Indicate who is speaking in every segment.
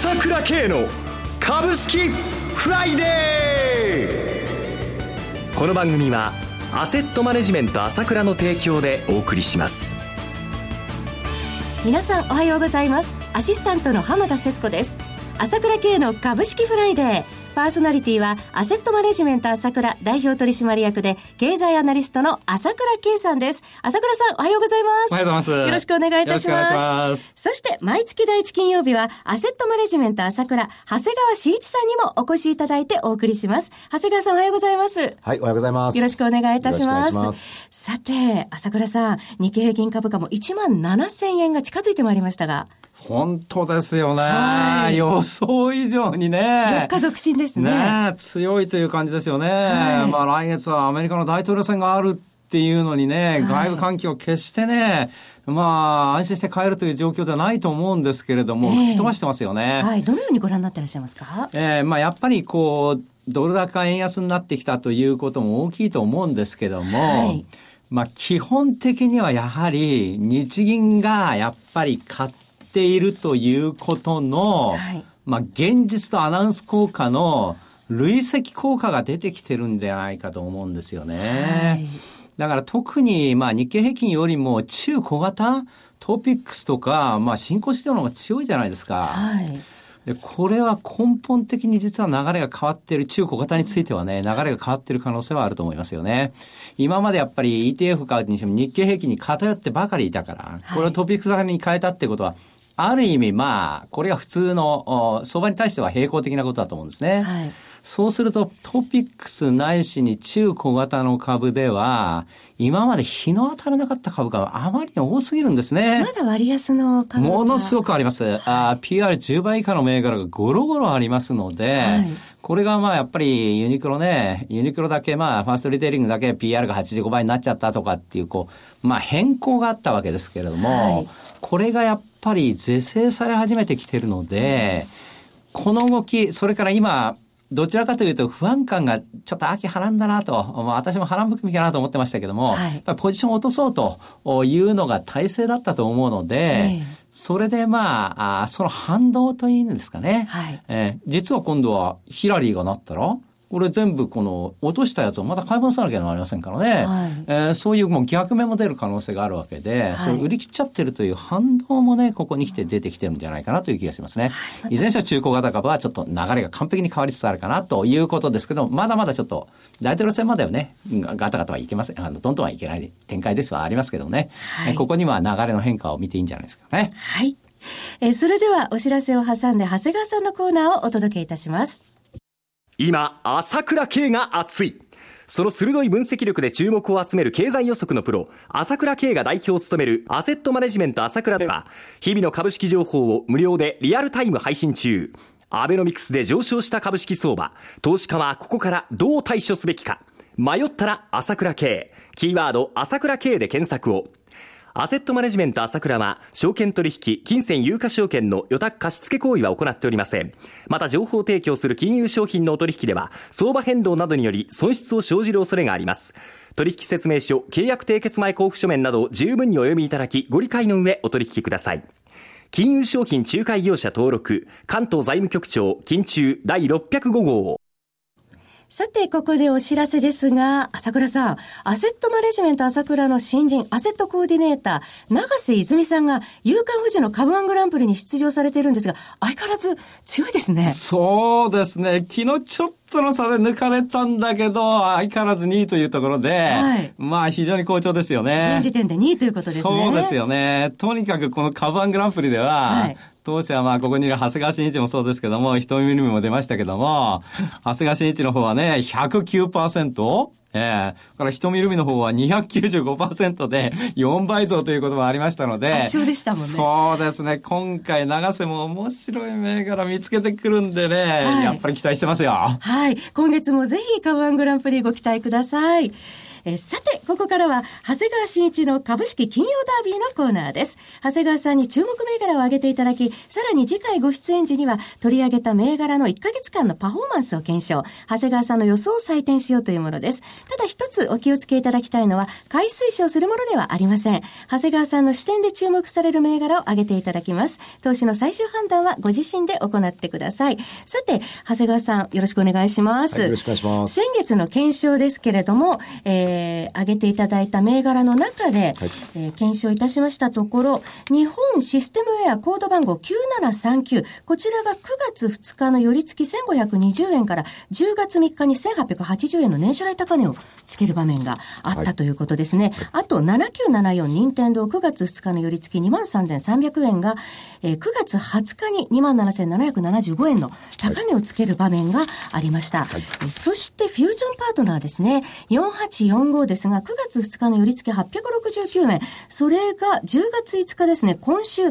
Speaker 1: 朝倉慶の株式フライデー。この番組はアセットマネジメント朝倉の提供でお送りします。
Speaker 2: 皆さんおはようございます。アシスタントの浜田節子です。朝倉慶の株式フライデー、パーソナリティはアセットマネジメント朝倉代表取締役で経済アナリストの朝倉慶さんです。朝倉さんおはようございます。
Speaker 3: おはようございます。
Speaker 2: よろしくお願いいたします。
Speaker 3: よろしくお願いします。
Speaker 2: そして毎月第一金曜日はアセットマネジメント朝倉長谷川慎一さんにもお越しいただいてお送りします。長谷川さんおはようございます。
Speaker 4: はい、おはようございます。
Speaker 2: よろしくお願いいたします。
Speaker 4: よろしくお願いします。
Speaker 2: さて朝倉さん、日経平均株価も17,000円が近づいてまいりましたが、
Speaker 3: 本当ですよね、予想以上にね、
Speaker 2: 4日続伸ですね。
Speaker 3: 強いという感じですよね。来月はアメリカの大統領選があるっていうのにね、外部環境を決してね、安心して買えるという状況ではないと思うんですけれども、吹き飛ばしてますよね。
Speaker 2: どのようにご覧になっていらっしゃいますか？
Speaker 3: やっぱりドル高円安になってきたということも大きいと思うんですけども、基本的にはやはり日銀がやっぱり買っているということの、現実とアナウンス効果の累積効果が出てきてるんじゃないかと思うんですよね。だから特に日経平均よりも中小型トピックスとか新興市場の方が強いじゃないですか。でこれは根本的に実は流れが変わっている。中小型についてはね、流れが変わっている可能性はあると思いますよね。今までやっぱり ETF 買うにしても日経平均に偏ってばかりいたから、これをトピックス型に変えたってことは、ある意味これが普通の相場に対しては平行的なことだと思うんですね。そうするとトピックスないしに中小型の株では今まで日の当たらなかった株があまりに多すぎるんですね。
Speaker 2: まだ割安の株が
Speaker 3: ものすごくあります。PR10 倍以下の銘柄がゴロゴロありますので、これがやっぱりユニクロだけファーストリテイリングだけ PR が85倍になっちゃったとかっていう変更があったわけですけれども、これがやっぱり是正され始めてきているので、この動き、それから今どちらかというと不安感がちょっと秋はらんだなと、私も波乱含みかなと思ってましたけども、やっぱりポジションを落とそうというのが大勢だったと思うので、それでその反動というんですかね、実は今度はヒラリーがなったらこれ全部落としたやつをまた買い戻さなきゃなりませんからね、そういうもう逆目も出る可能性があるわけで、それ売り切っちゃってるという反動もね、ここに来て出てきてるんじゃないかなという気がしますね。いずれにしろ中小型株はちょっと流れが完璧に変わりつつあるかなということですけど、まだまだちょっと大統領選まではね、ガタガタはいけません。どんどんはいけない展開ですはありますけどね、ここには流れの変化を見ていいんじゃないですかね。
Speaker 2: それではお知らせを挟んで長谷川さんのコーナーをお届けいたします。
Speaker 1: 今朝倉慶が熱い。その鋭い分析力で注目を集める経済予測のプロ朝倉慶が代表を務めるアセットマネジメント朝倉では、日々の株式情報を無料でリアルタイム配信中。アベノミクスで上昇した株式相場、投資家はここからどう対処すべきか。迷ったら朝倉慶、キーワード朝倉慶で検索を。アセットマネジメント朝倉は、証券取引、金銭有価証券の予託貸付行為は行っておりません。また情報提供する金融商品のお取引では、相場変動などにより損失を生じる恐れがあります。取引説明書、契約締結前交付書面など十分にお読みいただき、ご理解の上お取引ください。金融商品仲介業者登録、関東財務局長、金中第605号。
Speaker 2: さて、ここでお知らせですが、朝倉さん、アセットマネジメント朝倉の新人アセットコーディネーター、永瀬泉さんが、夕刊フジの株1グランプリに出場されているんですが、相変わらず強いですね。
Speaker 3: そうですね。昨日ちょっとの差で抜かれたんだけど、相変わらず2位というところで、非常に好調ですよね。
Speaker 2: 現時点で2位ということですね。
Speaker 3: そうですよね。とにかくこの株1グランプリでは、当社はここにいる長谷川慎一もそうですけども、人見る目も出ましたけども、長谷川慎一の方はね、109%、から人見る目の方は 295% で4倍増ということもありましたので、
Speaker 2: 圧勝でしたもんね。
Speaker 3: そうですね。今回永瀬も面白い銘柄見つけてくるんでね、やっぱり期待してますよ。
Speaker 2: 今月もぜひ株1グランプリご期待ください。 さて、ここからは、長谷川慎一の株式金曜ダービーのコーナーです。長谷川さんに注目銘柄を挙げていただき、さらに次回ご出演時には、取り上げた銘柄の1ヶ月間のパフォーマンスを検証、長谷川さんの予想を採点しようというものです。ただ一つお気をつけいただきたいのは、買い推奨するものではありません。長谷川さんの視点で注目される銘柄を挙げていただきます。投資の最終判断はご自身で行ってください。さて、長谷川さん、よろしくお願いします。
Speaker 4: はい、よろしくお願いします。
Speaker 2: 先月の検証ですけれども、挙げていただいた銘柄の中で、検証いたしましたところ、日本システムウェアコード番号9739、こちらが9月2日の寄り付き1520円から10月3日に1880円の年初来高値をつける場面があったということですね。あと7974任天堂9月2日の寄り付き23,300円が、9月20日に27,775円の高値をつける場面がありました。そしてフュージョンパートナーですね。4845ですが、9月2日の寄り付き869円。それが10月5日ですね、今週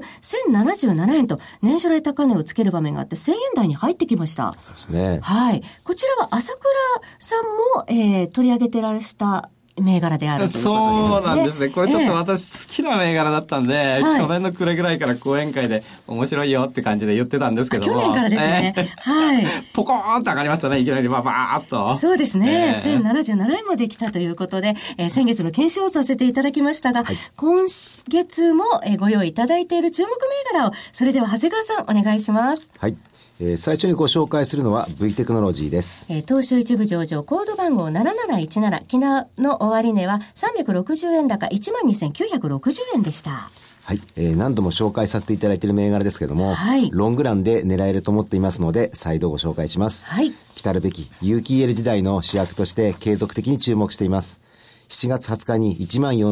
Speaker 2: 1077円と年初来高値をつける場面があって1000円台に入ってきました。
Speaker 4: そうですね。
Speaker 2: はい。こちらは朝倉さんも、取り上げてらした銘柄であるということですね。
Speaker 3: そうなんですね。これちょっと私好きな銘柄だったんで、去年の暮れぐらいから講演会で面白いよって感じで言ってたんですけども。
Speaker 2: 去年からですね。はい。
Speaker 3: ポコーンと上がりましたね。いきなりバーっと。
Speaker 2: そうですね。1077円まで来たということで、先月の検証をさせていただきましたが、今月もご用意いただいている注目銘柄を、それでは長谷川さんお願いします。
Speaker 4: はい。最初にご紹介するのは V テクノロジーです。
Speaker 2: 東証一部上場コード番号7717、昨日の終値は360円高 12,960 円でした。
Speaker 4: はい、何度も紹介させていただいている銘柄ですけども、ロングランで狙えると思っていますので再度ご紹介します。来るべき有機 EL 時代の主役として継続的に注目しています。7月20日に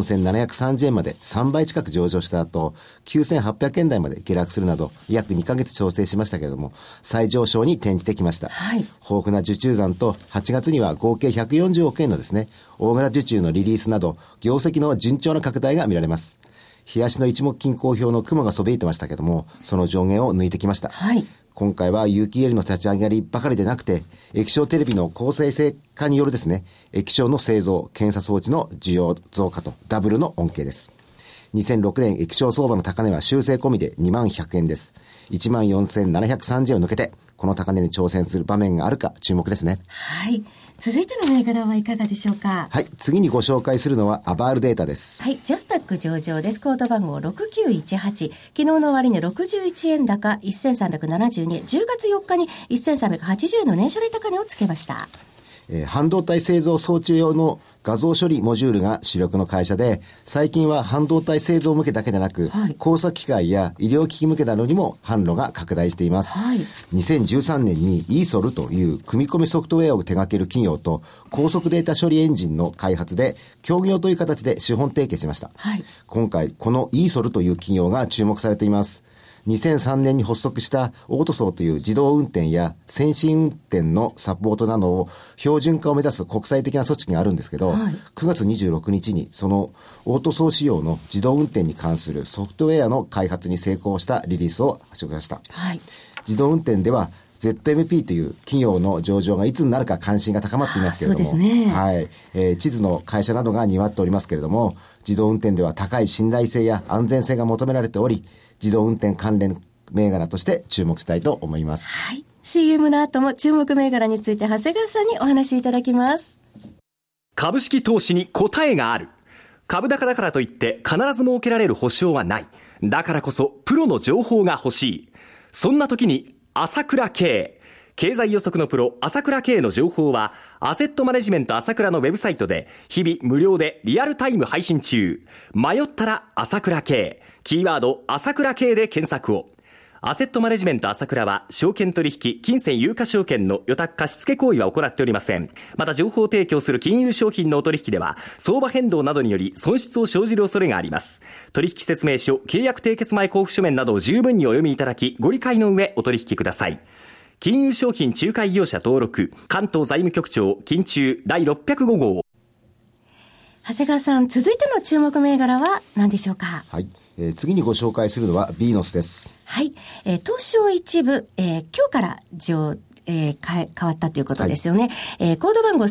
Speaker 4: 14,730 円まで3倍近く上場した後、9,800円台まで下落するなど、約2ヶ月調整しましたけれども、再上昇に転じてきました。豊富な受注残と、8月には合計140億円のですね、大型受注のリリースなど、業績の順調な拡大が見られます。日足の一目金公表の雲がそびえてましたけども、その上限を抜いてきました。今回は有機 EL の立ち上がりばかりでなくて、液晶テレビの高精細化によるですね、液晶の製造、検査装置の需要増加とダブルの恩恵です。2006年液晶相場の高値は修正込みで21,100円です。14,730円を抜けて、この高値に挑戦する場面があるか注目ですね。
Speaker 2: 続いての銘柄はいかがでしょうか。
Speaker 4: 次にご紹介するのはアバールデータです。
Speaker 2: ジャスタック上場です。コード番号6918。昨日の終値61円高 1,372 円。10月4日に 1,380 円の年初来高値をつけました。
Speaker 4: 半導体製造装置用の画像処理モジュールが主力の会社で、最近は半導体製造向けだけでなく、工作機械や医療機器向けなどにも販路が拡大しています。2013年に ESOL という組み込みソフトウェアを手掛ける企業と高速データ処理エンジンの開発で協業という形で資本提携しました。今回この ESOL という企業が注目されています。2003年に発足したオートソーという自動運転や先進運転のサポートなどを標準化を目指す国際的な組織があるんですけど、9月26日にそのオートソー仕様の自動運転に関するソフトウェアの開発に成功したリリースを発表しました。自動運転ではZMP という企業の上場がいつになるか関心が高まっていますけれども、地図の会社などが担っておりますけれども、自動運転では高い信頼性や安全性が求められており、自動運転関連銘柄として注目したいと思います。
Speaker 2: CM の後も注目銘柄について長谷川さんにお話しいただきます。
Speaker 1: 株式投資に答えがある。株高だからといって必ず設けられる保証はない。だからこそプロの情報が欲しい。そんな時に朝倉慶。経済予測のプロ朝倉慶の情報はアセットマネジメント朝倉のウェブサイトで日々無料でリアルタイム配信中。迷ったら朝倉慶。キーワード朝倉慶で検索を。アセットマネジメント朝倉は証券取引、金銭有価証券の予託貸付行為は行っておりません。また情報提供する金融商品のお取引では相場変動などにより損失を生じる恐れがあります。取引説明書、契約締結前交付書面などを十分にお読みいただき、ご理解の上お取引ください。金融商品仲介業者登録、関東財務局長金中第605号。
Speaker 2: 長谷川さん、続いての注目銘柄は何でしょうか。
Speaker 4: 次にご紹介するのはビーノスです。
Speaker 2: 東証一部、今日から変わったということですよね。コード番号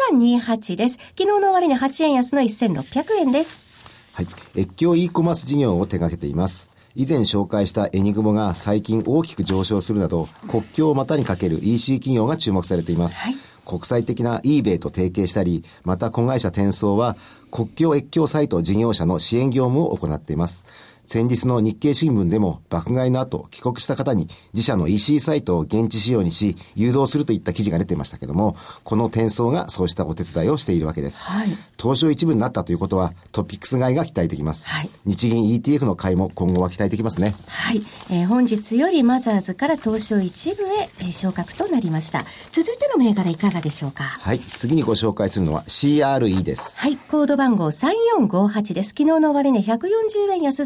Speaker 2: 3328です。昨日の終値8円安の1600円です。
Speaker 4: はい。越境 e コマース事業を手掛けています。以前紹介したエニグモが最近大きく上昇するなど、国境を股にかける EC 企業が注目されています。はい。国際的な eBay と提携したり、また子会社テンソーは国境越境サイト事業者の支援業務を行っています。先日の日経新聞でも爆買いの後帰国した方に自社の EC サイトを現地仕様にし誘導するといった記事が出ていましたけども、このテンソーがそうしたお手伝いをしているわけです。はい、東証一部になったということはトピックス買いが期待できます。はい、日銀 ETF の買いも今後は期待できますね。
Speaker 2: はい、本日よりマザーズから東証一部へ、昇格となりました。続いての銘柄いかがでしょうか。
Speaker 4: はい、次にご紹介するのは CRE です。
Speaker 2: はい、コード番号3458です。昨日の終値140円安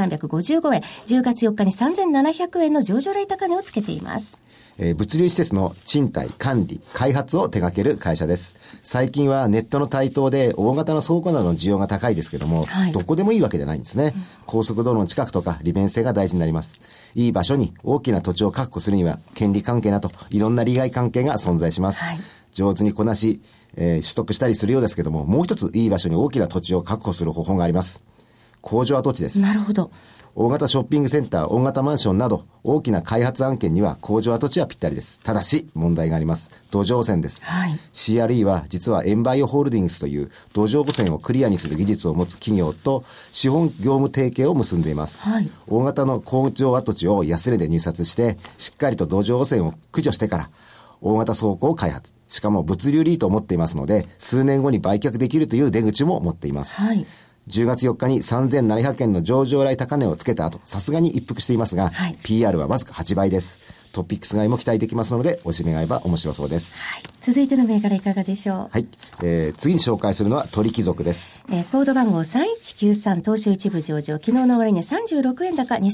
Speaker 2: 3355円、10月4日に3700円の上場来高値をつけています。
Speaker 4: 物流施設の賃貸、管理、開発を手掛ける会社です。最近はネットの台頭で大型の倉庫などの需要が高いですけども、はい、どこでもいいわけじゃないんですね。高速道路の近くとか利便性が大事になります。いい場所に大きな土地を確保するには権利関係などいろんな利害関係が存在します。はい、上手にこなし、取得したりするようですけども、もう一ついい場所に大きな土地を確保する方法があります。工場跡地です。
Speaker 2: なるほど。
Speaker 4: 大型ショッピングセンター、大型マンションなど大きな開発案件には工場跡地はぴったりです。ただし問題があります。土壌汚染です。はい、CRE は実はエンバイオホールディングスという土壌汚染をクリアにする技術を持つ企業と資本業務提携を結んでいます。はい、大型の工場跡地を安値で入札してしっかりと土壌汚染を駆除してから大型倉庫を開発。しかも物流リートを持っていますので数年後に売却できるという出口も持っています。はい、10月4日に3700円の上場来高値をつけた後、さすがに一服していますが、はい、PR はわずか8倍です。トピックス買いも期待できますので、おしめ買いは面白そうです。
Speaker 2: はい、続いての銘柄いかがでしょう。
Speaker 4: はい、次に紹介するのは鳥貴族です。
Speaker 2: コード番号3193、東証一部上場、昨日の終値36円高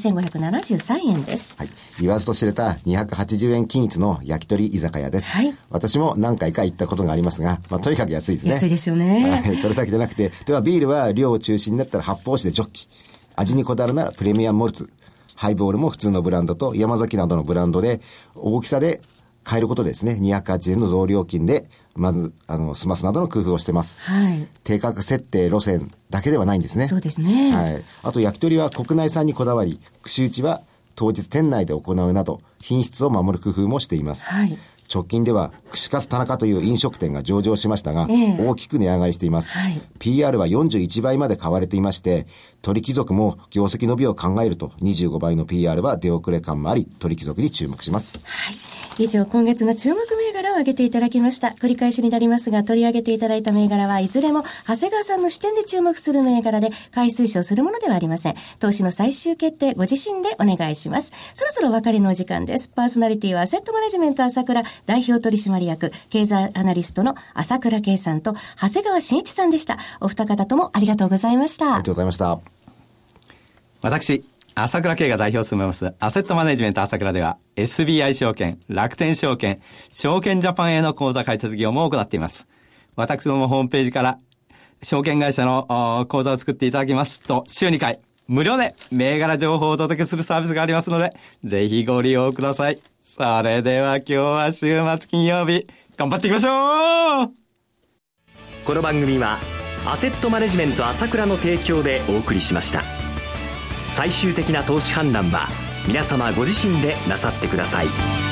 Speaker 2: 2573円です。
Speaker 4: はい、言わずと知れた280円均一の焼き鳥居酒屋です。はい、私も何回か行ったことがありますが、とにかく安いですね。
Speaker 2: 安いですよね。
Speaker 4: はい、それだけじゃなくて、ではビールは量を中心になったら発泡酒でジョッキ。味にこだわるならプレミアムモルツ。ハイボールも普通のブランドと山崎などのブランドで大きさで買えることですね。280円の増料金でまず済ますなどの工夫をしてます。はい、定価格設定路線だけではないんですね。
Speaker 2: そうですね。
Speaker 4: はい。あと焼き鳥は国内産にこだわり、串打ちは当日店内で行うなど品質を守る工夫もしています。はい、直近では串カツ田中という飲食店が上場しましたが、大きく値上がりしています。はい、PR は41倍まで買われていまして、鳥貴族も業績伸びを考えると25倍の PR は出遅れ感もあり、鳥貴族に注目します。
Speaker 2: はい。以上、今月の注目銘柄を挙げていただきました。繰り返しになりますが、取り上げていただいた銘柄はいずれも長谷川さんの視点で注目する銘柄で、買い推奨するものではありません。投資の最終決定、ご自身でお願いします。そろそろお別れのお時間です。パーソナリティはアセットマネジメント朝倉代表取締役経済アナリストの朝倉圭さんと長谷川慎一さんでした。お二方ともありがとうございました。
Speaker 4: ありがとうございました。
Speaker 3: 私朝倉圭が代表を務めますアセットマネジメント朝倉では SBI 証券、楽天証券、証券ジャパンへの口座開設業務を行っています。私どもホームページから証券会社の口座を作っていただきますと週2回無料で銘柄情報をお届けするサービスがありますので、ぜひご利用ください。それでは今日は週末金曜日、頑張っていきましょう。
Speaker 1: この番組はアセットマネジメント朝倉の提供でお送りしました。最終的な投資判断は皆様ご自身でなさってください。